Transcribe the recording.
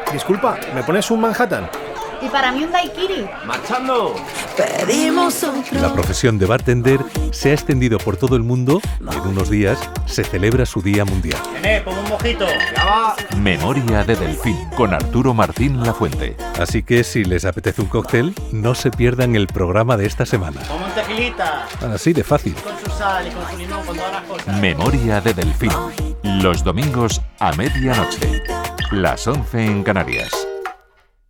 Disculpa, ¿me pones un Manhattan? Y para mí un daiquiri. ¡Marchando! Pedimos otro. La profesión de bartender se ha extendido por todo el mundo y en unos días se celebra su Día Mundial. Pon un mojito. Ya va. Memoria de Delfín, con Arturo Martín Lafuente. Así que si les apetece un cóctel, no se pierdan el programa de esta semana. Como un tequilita. Así de fácil. Con su sal y con su limón, con todas las cosas. Memoria de Delfín. Los domingos a medianoche. Las 11 en Canarias.